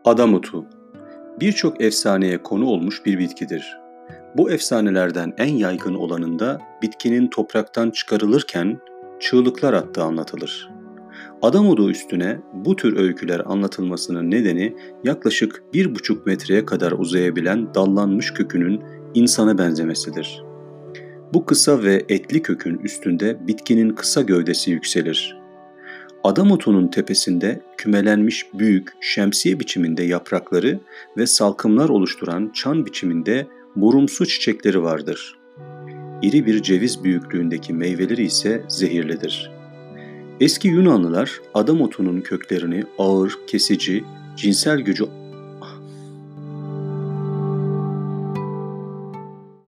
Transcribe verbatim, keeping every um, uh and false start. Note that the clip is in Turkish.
Adamotu, birçok efsaneye konu olmuş bir bitkidir. Bu efsanelerden en yaygın olanında bitkinin topraktan çıkarılırken çığlıklar attığı anlatılır. Adamodu üstüne bu tür öyküler anlatılmasının nedeni yaklaşık bir buçuk metreye kadar uzayabilen dallanmış kökünün insana benzemesidir. Bu kısa ve etli kökün üstünde bitkinin kısa gövdesi yükselir. Adamotunun tepesinde kümelenmiş büyük, şemsiye biçiminde yaprakları ve salkımlar oluşturan çan biçiminde morumsu çiçekleri vardır. İri bir ceviz büyüklüğündeki meyveleri ise zehirlidir. Eski Yunanlılar adamotunun köklerini ağır, kesici, cinsel gücü